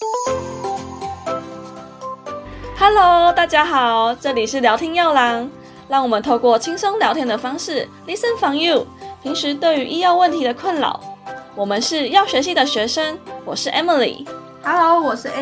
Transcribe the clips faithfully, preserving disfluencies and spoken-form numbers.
Hello， 大家好，这里是聊天药郎，让我们透过轻松聊天的方式 Listen from you， 平时对于医药问题的困扰。我们是药学系的学生，我是 Emily。Hello， 我是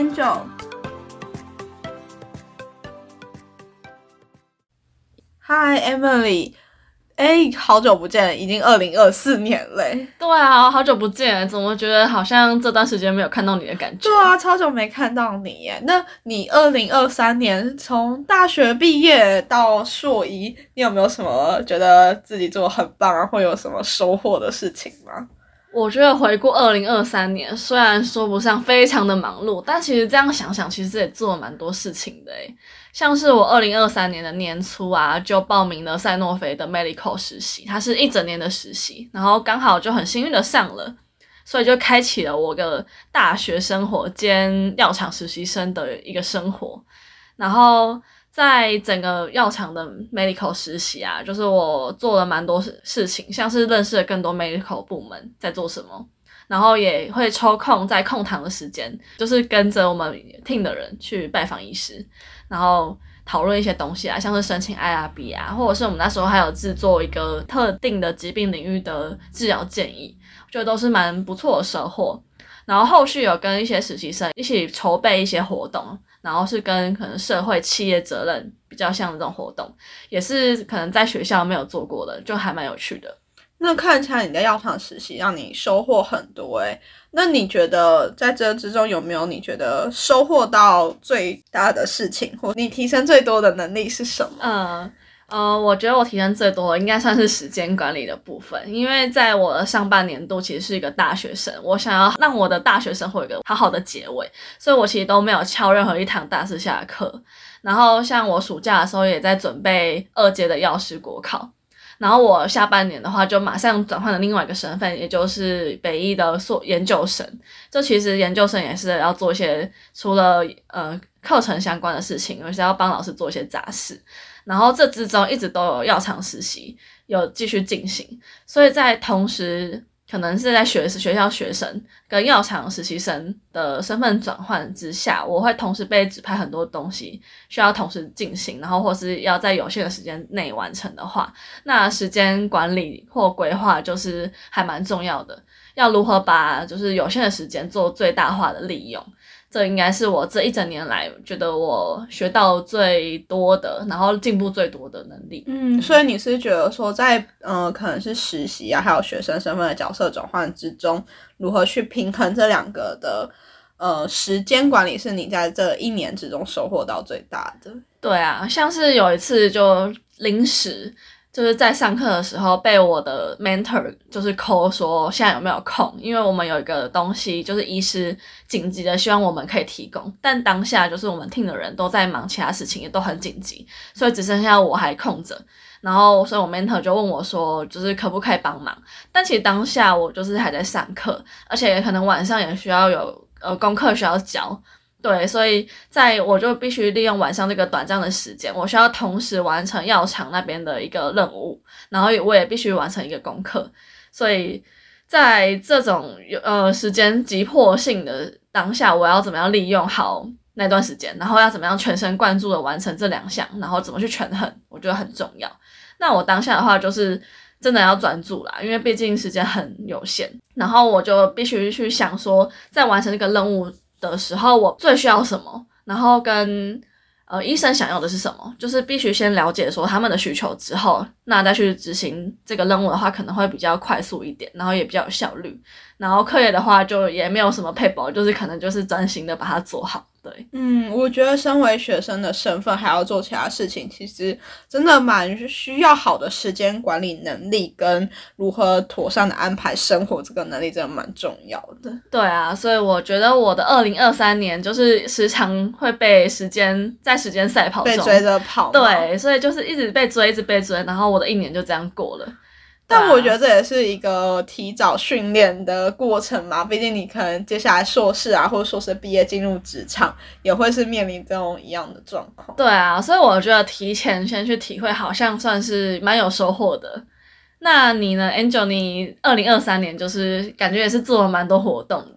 Angel。Hi Emily， 哎，好久不见，已经二零二四年嘞。 对啊，好久不见，怎么觉得好像这段时间没有看到你的感觉？ 对啊，超久没看到你耶。那你二零二三年从大学毕业到硕一，你有没有什么觉得自己做得很棒啊，会有什么收获的事情吗？ 我觉得回顾二零二三年，虽然说不上非常的忙碌，但其实这样想想，其实也做了蛮多事情的诶。像是我二零二三年的年初啊，就报名了赛诺菲的 medical 实习，它是一整年的实习，然后刚好就很幸运的上了，所以就开启了我的大学生活兼药厂实习生的一个生活。然后在整个药厂的 medical 实习啊，就是我做了蛮多事情，像是认识了更多 medical 部门在做什么，然后也会抽空在空堂的时间，就是跟着我们 team 的人去拜访医师，然后讨论一些东西啊，像是申请 I R B 啊，或者是我们那时候还有制作一个特定的疾病领域的治疗建议，我觉得都是蛮不错的收获。然后后续有跟一些实习生一起筹备一些活动，然后是跟可能社会企业责任比较像的这种活动，也是可能在学校没有做过的，就还蛮有趣的。 那看起来你在药厂实习让你收获很多诶，那你觉得在这之中有没有你觉得收获到最大的事情，或你提升最多的能力是什么？ 嗯呃，我觉得我提升最多的应该算是时间管理的部分，因为在我的上半年度其实是一个大学生，我想要让我的大学生活有一个好好的结尾，所以我其实都没有翘任何一堂大四下的课。然后像我暑假的时候也在准备二阶的药师国考，然后我下半年的话就马上转换了另外一个身份，也就是北医的硕研究生。这其实研究生也是要做一些除了呃课程相关的事情，而是要帮老师做一些杂事。然后这之中一直都有药厂实习有继续进行，所以在同时可能是在学学校学生跟药厂实习生的身份转换之下，我会同时被指派很多东西需要同时进行，然后或是要在有限的时间内完成的话，那时间管理或规划就是还蛮重要的，要如何把就是有限的时间做最大化的利用，这应该是我这一整年来觉得我学到最多的，然后进步最多的能力。 嗯，所以你是觉得说在呃可能是实习啊还有学生身份的角色转换之中，如何去平衡这两个的呃时间管理是你在这一年之中收获到最大的？ 对啊，像是有一次就临时就是在上课的时候被我的 mentor 就是 call 说现在有没有空，因为我们有一个东西就是医师紧急的希望我们可以提供，但当下就是我们 team 的人都在忙其他事情，也都很紧急，所以只剩下我还空着，然后所以我 mentor 就问我说就是可不可以帮忙，但其实当下我就是还在上课，而且可能晚上也需要有呃功课需要交，对，所以在我就必须利用晚上这个短暂的时间，我需要同时完成药厂那边的一个任务，然后我也必须完成一个功课，所以在这种呃时间急迫性的当下，我要怎么样利用好那段时间，然后要怎么样全神贯注的完成这两项，然后怎么去权衡，我觉得很重要。那我当下的话就是真的要专注啦，因为毕竟时间很有限，然后我就必须去想说在完成这个任务的时候我最需要什么，然后跟呃医生想要的是什么，就是必须先了解说他们的需求之后，那再去执行这个任务的话可能会比较快速一点，然后也比较有效率，然后课业的话就也没有什么配包，就是可能就是专心的把它做好。对， 嗯，我觉得身为学生的身份还要做其他事情，其实真的蛮需要好的时间管理能力跟如何妥善的安排生活，这个能力真的蛮重要的。 对啊，所以我觉得我的二零二三年就是时常会被时间在时间赛跑中被追着跑， 对，所以就是一直被追一直被追，然后我的一年就这样过了。 但我觉得这也是一个提早训练的过程嘛，毕竟你可能接下来硕士啊或者硕士毕业进入职场也会是面临这种一样的状况。 对啊，所以我觉得提前先去体会好像算是蛮有收获的。那你呢 Angel， 你二零二三年就是感觉也是做了蛮多活动的。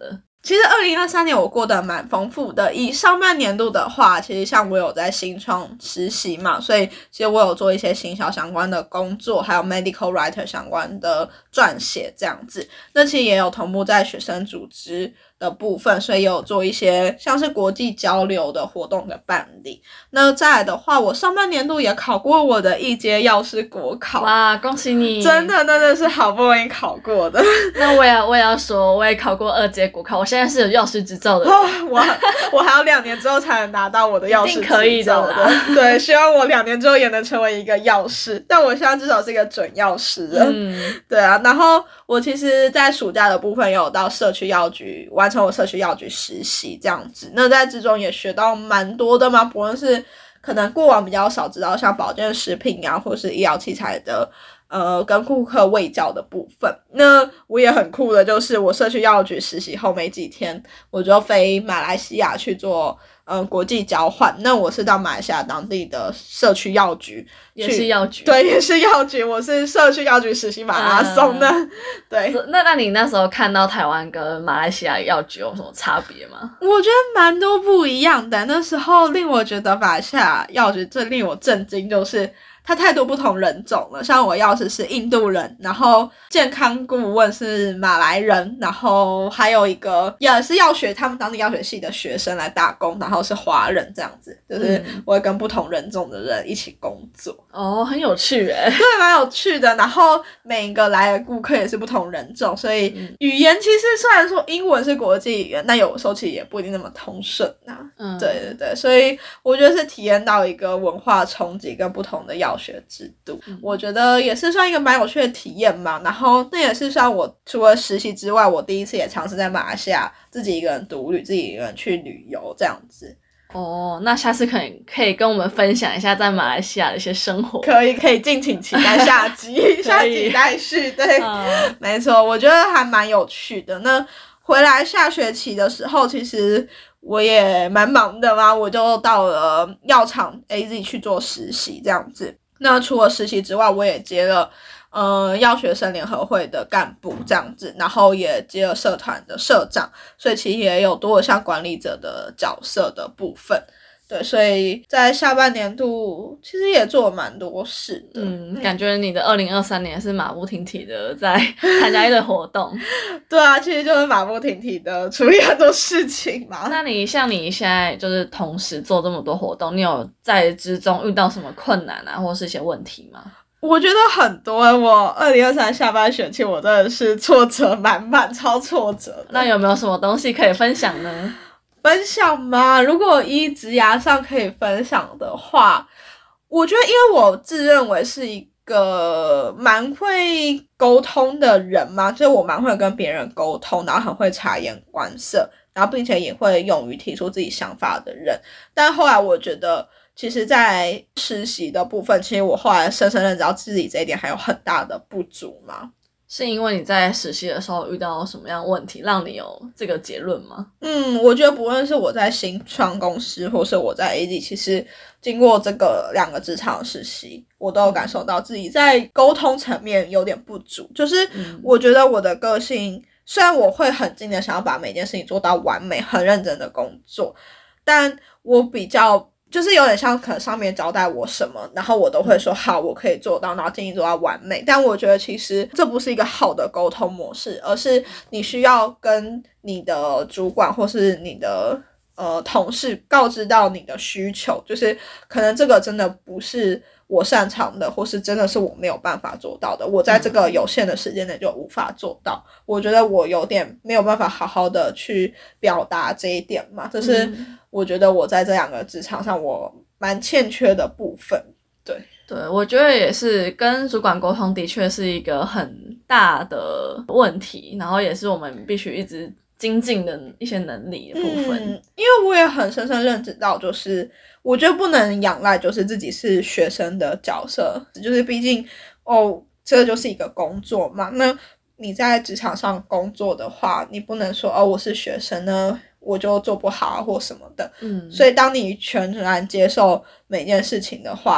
其实二零二三年我过得蛮丰富的，以上半年度的话，其实像我有在新创实习嘛，所以其实我有做一些行销相关的工作，还有 medical writer 相关的撰写这样子。那其实也有同步在学生组织的部分，所以也有做一些像是国际交流的活动的办理。那再来的话，我上半年度也考过我的一阶药师国考。 哇，恭喜你！ 真的真的是好不容易考过的。 那我也我也要说，我也考过二阶国考，我现在是有药师执照的人。 哦、我我还要两年之后才能拿到我的药师执照的。 一定可以的啦。 对，希望我两年之后也能成为一个药师，但我现在至少是一个准药师了。 嗯， 对啊。然后我其实在暑假的部分也有到社区药局完成我社区药局实习这样子，那在之中也学到蛮多的嘛，不论是可能过往比较少知道像保健食品啊或是医疗器材的呃跟顾客卫教的部分。那我也很酷的就是我社区药局实习后没几天我就飞马来西亚去做呃国际交换，那我是到马来西亚当地的社区药局， 也是药局， 对，也是药局，我是社区药局实习马拉松的。嗯、对， 那那你那时候看到台湾跟马来西亚药局有什么差别吗？ 我觉得蛮多不一样的。那时候令我觉得马来西亚药局最令我震惊就是它太多不同人种了，像我药师是印度人，然后健康顾问是马来人，然后还有一个也是药学他们当地药学系的学生来打工，然后是华人这样子，就是我会跟不同人种的人一起工作。 哦，很有趣耶。 对，蛮有趣的。然后每一个来的顾客也是不同人种，所以语言其实虽然说英文是国际语言，但有时候其实也不一定那么通顺啊。嗯，对对对，所以我觉得是体验到一个文化冲击跟不同的药学制度，嗯、我觉得也是算一个蛮有趣的体验嘛。然后那也是算我除了实习之外，我第一次也尝试在马来西亚自己一个人独旅，自己一个人去旅游这样子。 哦，那下次可以可以跟我们分享一下在马来西亚的一些生活。 可以可以，敬请期待下集，下集待续。对，嗯、没错，我觉得还蛮有趣的。那回来下学期的时候，其实我也蛮忙的嘛，我就到了药厂 A Z 去做实习这样子。那除了实习之外，我也接了呃药学生联合会的干部这样子，然后也接了社团的社长，所以其实也有多了像管理者的角色的部分。对，所以在下半年度其实也做了蛮多事的。 嗯，感觉你的二零二三年是马不停蹄的在参加一堆活动。 对啊，其实就是马不停蹄的处理很多事情嘛。 那你像你现在就是同时做这么多活动，你有在之中遇到什么困难啊，或是一些问题吗？ 我觉得很多，我二零二三下半学期我真的是挫折满满，超挫折的。 那有没有什么东西可以分享呢？ 分享吗？如果依职涯上可以分享的话，我觉得因为我自认为是一个蛮会沟通的人嘛，就是我蛮会跟别人沟通，然后很会察言观色，然后并且也会勇于提出自己想法的人。但后来我觉得其实在实习的部分，其实我后来深深认知到自己这一点还有很大的不足嘛。 是因为你在实习的时候遇到什么样的问题让你有这个结论吗？ 嗯，我觉得不论是我在新创公司或是我在 A Z， 其实经过这个两个职场实习，我都有感受到自己在沟通层面有点不足。就是我觉得我的个性，虽然我会很尽力的想要把每件事情做到完美，很认真的工作，但我比较就是有点像可能上面交代我什么，然后我都会说好，我可以做到，然后尽力做到完美。但我觉得其实这不是一个好的沟通模式，而是你需要跟你的主管或是你的呃同事告知到你的需求，就是可能这个真的不是我擅长的，或是真的是我没有办法做到的，我在这个有限的时间内就无法做到。我觉得我有点没有办法好好的去表达这一点嘛，这是我觉得我在这两个职场上我蛮欠缺的部分。对对，我觉得也是跟主管沟通的确是一个很大的问题，然后也是我们必须一直精进的一些能力的部分。 嗯，因为我也很深深认知到，就是我觉得不能仰赖就是自己是学生的角色，就是毕竟哦，这就是一个工作嘛。那你在职场上工作的话，你不能说哦，我是学生呢，我就做不好或什么的。嗯，所以当你全然接受每件事情的话，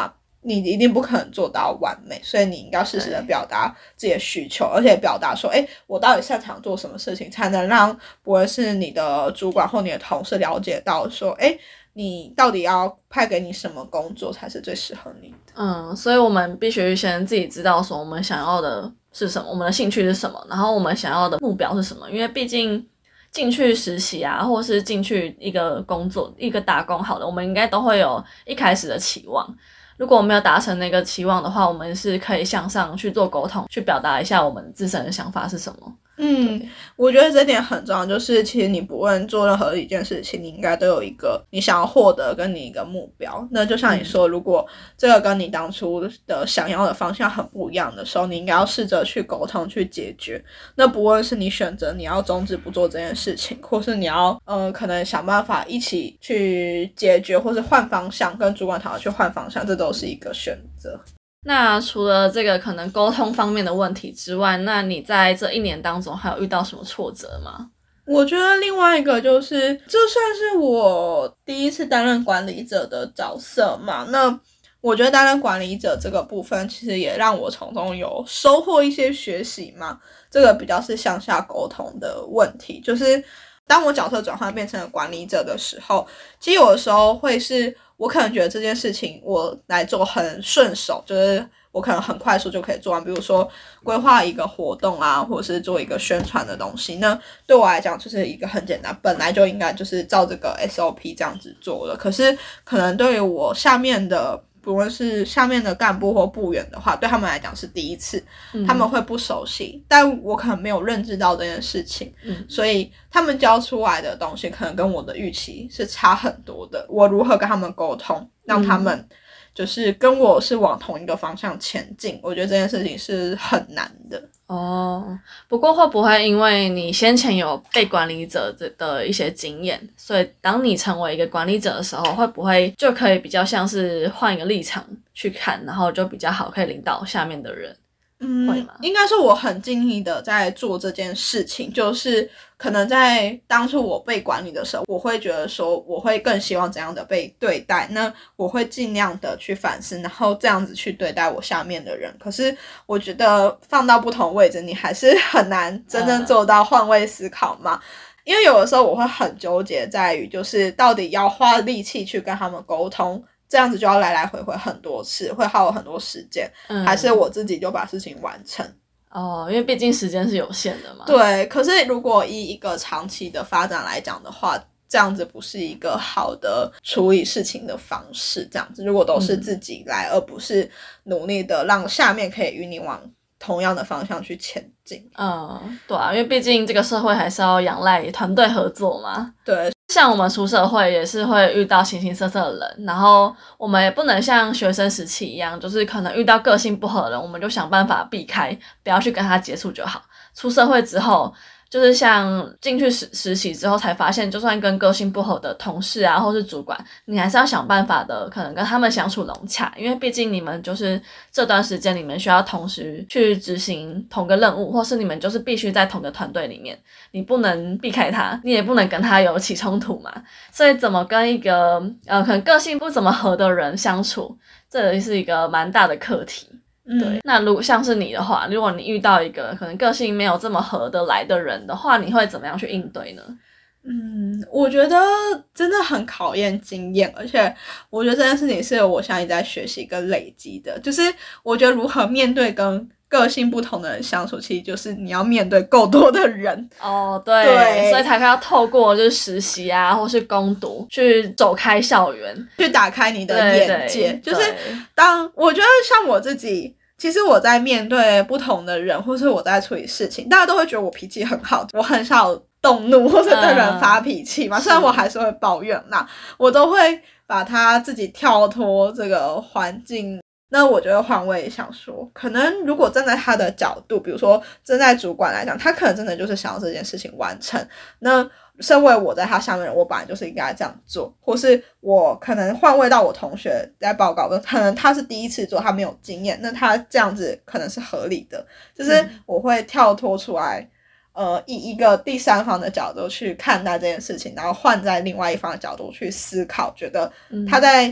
你一定不可能做到完美，所以你应该适时的表达自己的需求，而且表达说，哎，我到底擅长做什么事情，才能让不会是你的主管或你的同事了解到说，哎，你到底要派给你什么工作才是最适合你的。 嗯，所以我们必须先自己知道说我们想要的是什么，我们的兴趣是什么，然后我们想要的目标是什么，因为毕竟进去实习啊，或是进去一个工作一个打工好了，我们应该都会有一开始的期望，如果我没有达成那个期望的话，我们是可以向上去做沟通，去表达一下我们自身的想法是什么。 嗯，我觉得这点很重要，就是其实你不论做任何一件事情，你应该都有一个你想要获得跟你一个目标。那就像你说，如果这个跟你当初的想要的方向很不一样的时候，你应该要试着去沟通去解决。那不论是你选择你要终止不做这件事情，或是你要呃可能想办法一起去解决，或是换方向，跟主管讨论去换方向，这都是一个选择。 那除了这个可能沟通方面的问题之外，那你在这一年当中还有遇到什么挫折吗？ 我觉得另外一个就是，这算是我第一次担任管理者的角色嘛。那我觉得担任管理者这个部分，其实也让我从中有收获一些学习嘛。这个比较是向下沟通的问题，就是当我角色转换变成了管理者的时候，其实有的时候会是我可能觉得这件事情我来做很顺手，就是我可能很快速就可以做完，比如说规划一个活动啊，或者是做一个宣传的东西，那对我来讲就是一个很简单，本来就应该就是照这个 S O P 这样子做的。可是可能对于我下面的不论是下面的干部或部员的话，对他们来讲是第一次，他们会不熟悉，但我可能没有认知到这件事情，嗯，所以他们教出来的东西可能跟我的预期是差很多的。我如何跟他们沟通，让他们就是跟我是往同一个方向前进，我觉得这件事情是很难的。 哦，不过会不会因为你先前有被管理者的一些经验，所以当你成为一个管理者的时候，会不会就可以比较像是换一个立场去看，然后就比较好可以领导下面的人？ 嗯，会吗？应该是我很尽力的在做这件事情，就是可能在当初我被管理的时候，我会觉得说我会更希望怎样的被对待，那我会尽量的去反思，然后这样子去对待我下面的人。可是我觉得放到不同位置，你还是很难真正做到换位思考嘛。因为有的时候我会很纠结在于就是到底要花力气去跟他们沟通，这样子就要来来回回很多次，会耗我很多时间，嗯，还是我自己就把事情完成。 哦，因为毕竟时间是有限的嘛。 对，可是如果以一个长期的发展来讲的话，这样子不是一个好的处理事情的方式。这样子如果都是自己来，嗯，而不是努力的让下面可以与你往同样的方向去前进。 嗯，对啊，因为毕竟这个社会还是要仰赖团队合作嘛。 对， 像我们出社会也是会遇到形形色色的人，然后我们也不能像学生时期一样，就是可能遇到个性不合的人，我们就想办法避开，不要去跟他接触就好。出社会之后，就是像进去实实习之后才发现，就算跟个性不合的同事啊，或是主管，你还是要想办法的，可能跟他们相处融洽，因为毕竟你们就是这段时间你们需要同时去执行同个任务，或是你们就是必须在同个团队里面，你不能避开他，你也不能跟他有起冲突嘛。所以怎么跟一个呃可能个性不怎么合的人相处，这也是一个蛮大的课题。对，那如果像是你的话，如果你遇到一个可能个性没有这么合得来的人的话，你会怎么样去应对呢？ 嗯，我觉得真的很考验经验，而且我觉得这件事情是我现在一直在学习跟累积的，就是我觉得如何面对跟个性不同的人相处，其实就是你要面对够多的人。 哦，对，对，所以才要透过就是实习啊，或是攻读，去走开校园， 去打开你的眼界。就是当我觉得像我自己，其实我在面对不同的人，或是我在处理事情，大家都会觉得我脾气很好，我很少动怒或者对人发脾气嘛，嗯，虽然我还是会抱怨啦，我都会把他自己跳脱这个环境。那我觉得换位想说，可能如果站在他的角度，比如说站在主管来讲，他可能真的就是想要这件事情完成，那身为我在他下面的人，我本来就是应该这样做，或是我可能换位到我同学在报告，可能他是第一次做，他没有经验，那他这样子可能是合理的，就是我会跳脱出来，呃，以一个第三方的角度去看待这件事情，然后换在另外一方的角度去思考，觉得他在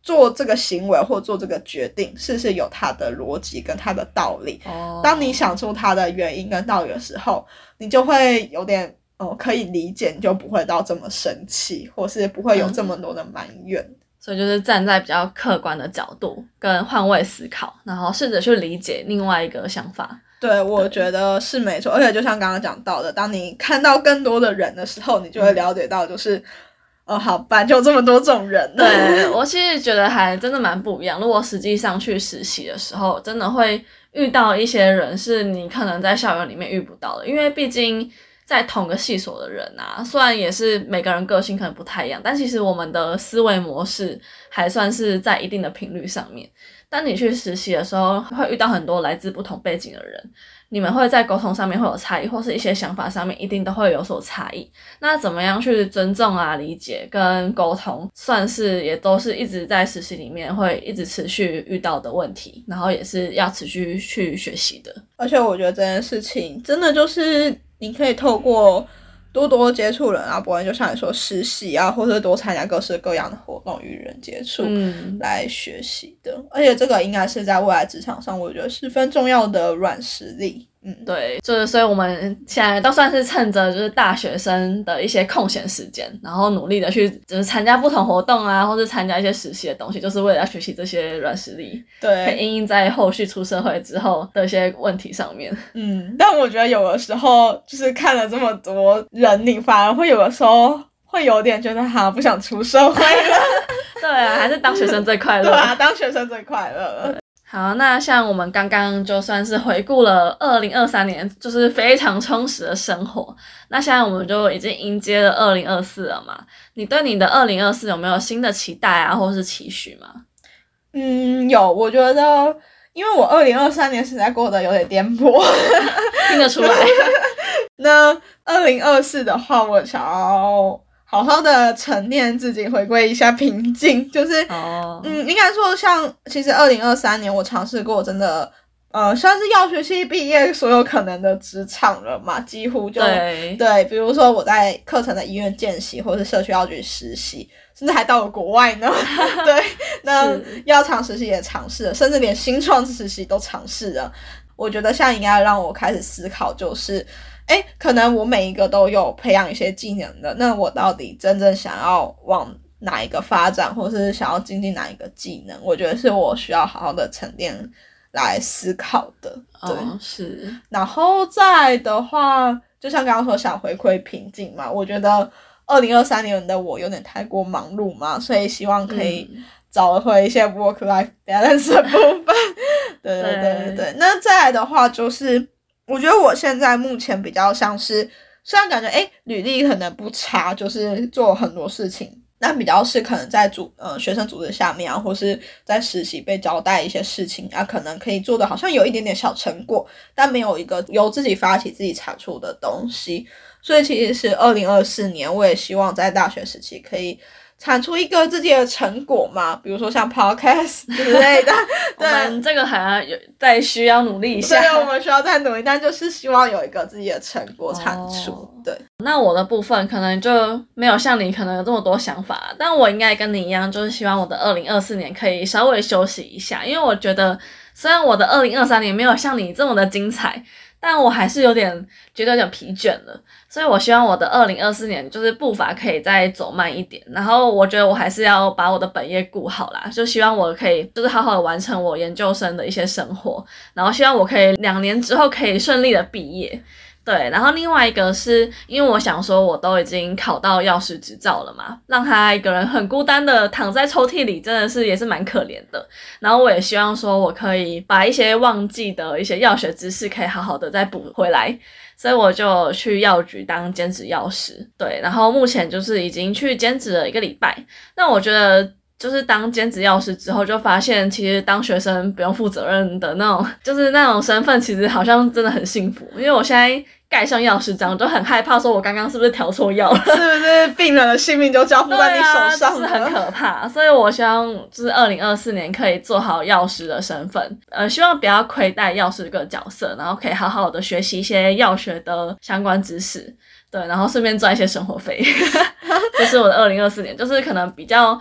做这个行为或做这个决定是不是有它的逻辑跟它的道理。 哦， 当你想出它的原因跟道理的时候，你就会有点哦、呃、可以理解，你就不会到这么生气，或是不会有这么多的埋怨。嗯， 所以就是站在比较客观的角度跟换位思考，然后试着去理解另外一个想法。 对，我觉得是没错。而且就像刚刚讲到的，当你看到更多的人的时候，你就会了解到就是、嗯、哦，好吧，就有这么多种人。 对，我其实觉得还真的蛮不一样。如果实际上去实习的时候，真的会遇到一些人是你可能在校园里面遇不到的，因为毕竟在同个系所的人啊，虽然也是每个人个性可能不太一样，但其实我们的思维模式还算是在一定的频率上面。当你去实习的时候，会遇到很多来自不同背景的人，你们会在沟通上面会有差异，或是一些想法上面一定都会有所差异。那怎么样去尊重啊、理解跟沟通，算是也都是一直在实习里面会一直持续遇到的问题，然后也是要持续去学习的。 而且我觉得这件事情真的就是你可以透过多多接触人啊，不管就像你说实习啊，或者多参加各式各样的活动与人接触来学习的、嗯、而且这个应该是在未来职场上我觉得十分重要的软实力。嗯， 对，就是所以我们现在都算是趁着就是大学生的一些空闲时间，然后努力的去就是参加不同活动啊，或是参加一些实习的东西，就是为了要学习这些软实力， 对， 可以因应在后续出社会之后的一些问题上面。 嗯，但我觉得有的时候就是看了这么多人，你反而会有的时候会有点觉得哈不想出社会了。 对啊，还是当学生最快乐。 对啊，当学生最快乐。 好，那像我们刚刚就算是回顾了二零二三年，就是非常充实的生活。那现在我们就已经迎接了二零二四了嘛？你对你的二零二四有没有新的期待啊，或是期许吗？ 嗯，有，我觉得，因为我二零二三年实在过得有点颠簸， 听得出来。 那二零二四的话，我想要好好的沉淀自己，回归一下平静，就是、oh. 嗯，应该说像其实二零二三年我尝试过真的呃算是药学系毕业所有可能的职场了嘛，几乎就 对, 对比如说我在课程的医院见习，或是社区药局实习，甚至还到了国外呢。对，那药厂实习也尝试了，甚至连新创实习都尝试了。我觉得现在应该让我开始思考，就是诶可能我每一个都有培养一些技能的，那我到底真正想要往哪一个发展，或是想要精进哪一个技能，我觉得是我需要好好的沉淀来思考的。对、 哦、是。 然后再来的话，就像刚刚说想回归平静嘛，我觉得二零二三年的我有点太过忙碌嘛，所以希望可以找回一些 work life balance 的部分。对对对对对。那再来的话就是我觉得我现在目前比较像是，虽然感觉诶履历可能不差，就是做很多事情，但比较是可能在组呃学生组织下面啊，或是在实习被交代一些事情啊，可能可以做的好像有一点点小成果，但没有一个由自己发起自己产出的东西。所以其实是二零二四年我也希望在大学时期可以产出一个自己的成果嘛，比如说像 podcast 之类的。对， 我们这个还要有再需要努力一下。 对，我们需要再努力，但就是希望有一个自己的成果产出。哦、对， 那我的部分可能就没有像你可能有这么多想法，但我应该跟你一样，就是希望我的二零二四年可以稍微休息一下，因为我觉得虽然我的二零二三年没有像你这么的精彩，但我还是有点觉得有点疲倦了，所以我希望我的二零二四年就是步伐可以再走慢一点，然后我觉得我还是要把我的本业顾好啦，就希望我可以就是好好的完成我研究生的一些生活，然后希望我可以两年之后可以顺利的毕业。对，然后另外一个是因为我想说我都已经考到药师执照了嘛，让他一个人很孤单的躺在抽屉里真的是也是蛮可怜的，然后我也希望说我可以把一些忘记的一些药学知识可以好好的再补回来，所以我就去药局当兼职药师。对，然后目前就是已经去兼职了一个礼拜，那我觉得就是当兼职药师之后就发现其实当学生不用负责任的那种就是那种身份其实好像真的很幸福，因为我现在盖上药师章就很害怕说我刚刚是不是调错药了， 是不是病人的性命就交付在你手上了， 对啊，就是很可怕。所以我希望就是二零二四年可以做好药师的身份，呃，希望不要亏待药师这个角色，然后可以好好的学习一些药学的相关知识，对，然后顺便赚一些生活费。这是我的二零二四年，就是可能比较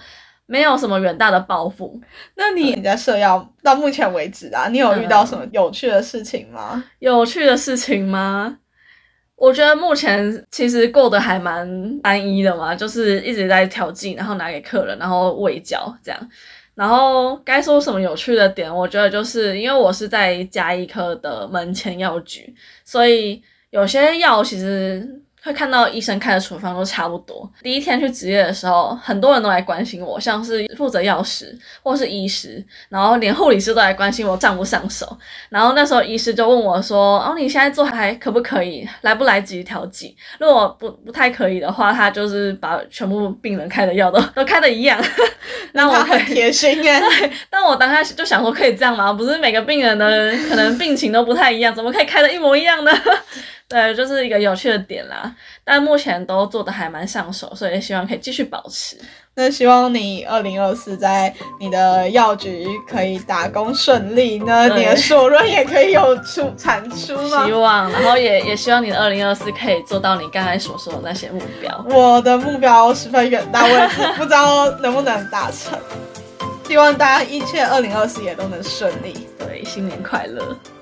没有什么远大的抱负。 那你你在社药到目前为止啊，你有遇到什么有趣的事情吗？ 嗯、有趣的事情吗？我觉得目前其实过得还蛮单一的嘛，就是一直在调剂，然后拿给客人，然后喂教这样。然后该说什么有趣的点，我觉得就是因为我是在家医科的门前药局，所以有些药其实会看到医生开的处方都差不多。第一天去执业的时候，很多人都来关心我，像是负责药师或是医师，然后连护理师都来关心我上不上手。然后那时候医师就问我说：“哦，你现在做还可不可以？来不来及调剂？如果不不太可以的话，他就是把全部病人开的药都都开的一样。” 那我很贴心耶。 对，但我当下就想说，可以这样吗？不是每个病人的可能病情都不太一样，怎么可以开的一模一样呢？对，就是一个有趣的点啦。但目前都做的还蛮上手，所以希望可以继续保持。 那希望你二零二四在你的药局可以打工顺利呢，你的硕论也可以有出产出吗？ 希望，然后也也希望你的二零二四可以做到你刚才所说的那些目标。 我的目标十分远大，我也是不知道能不能达成。希望大家一切二零二四也都能顺利。 对，新年快乐。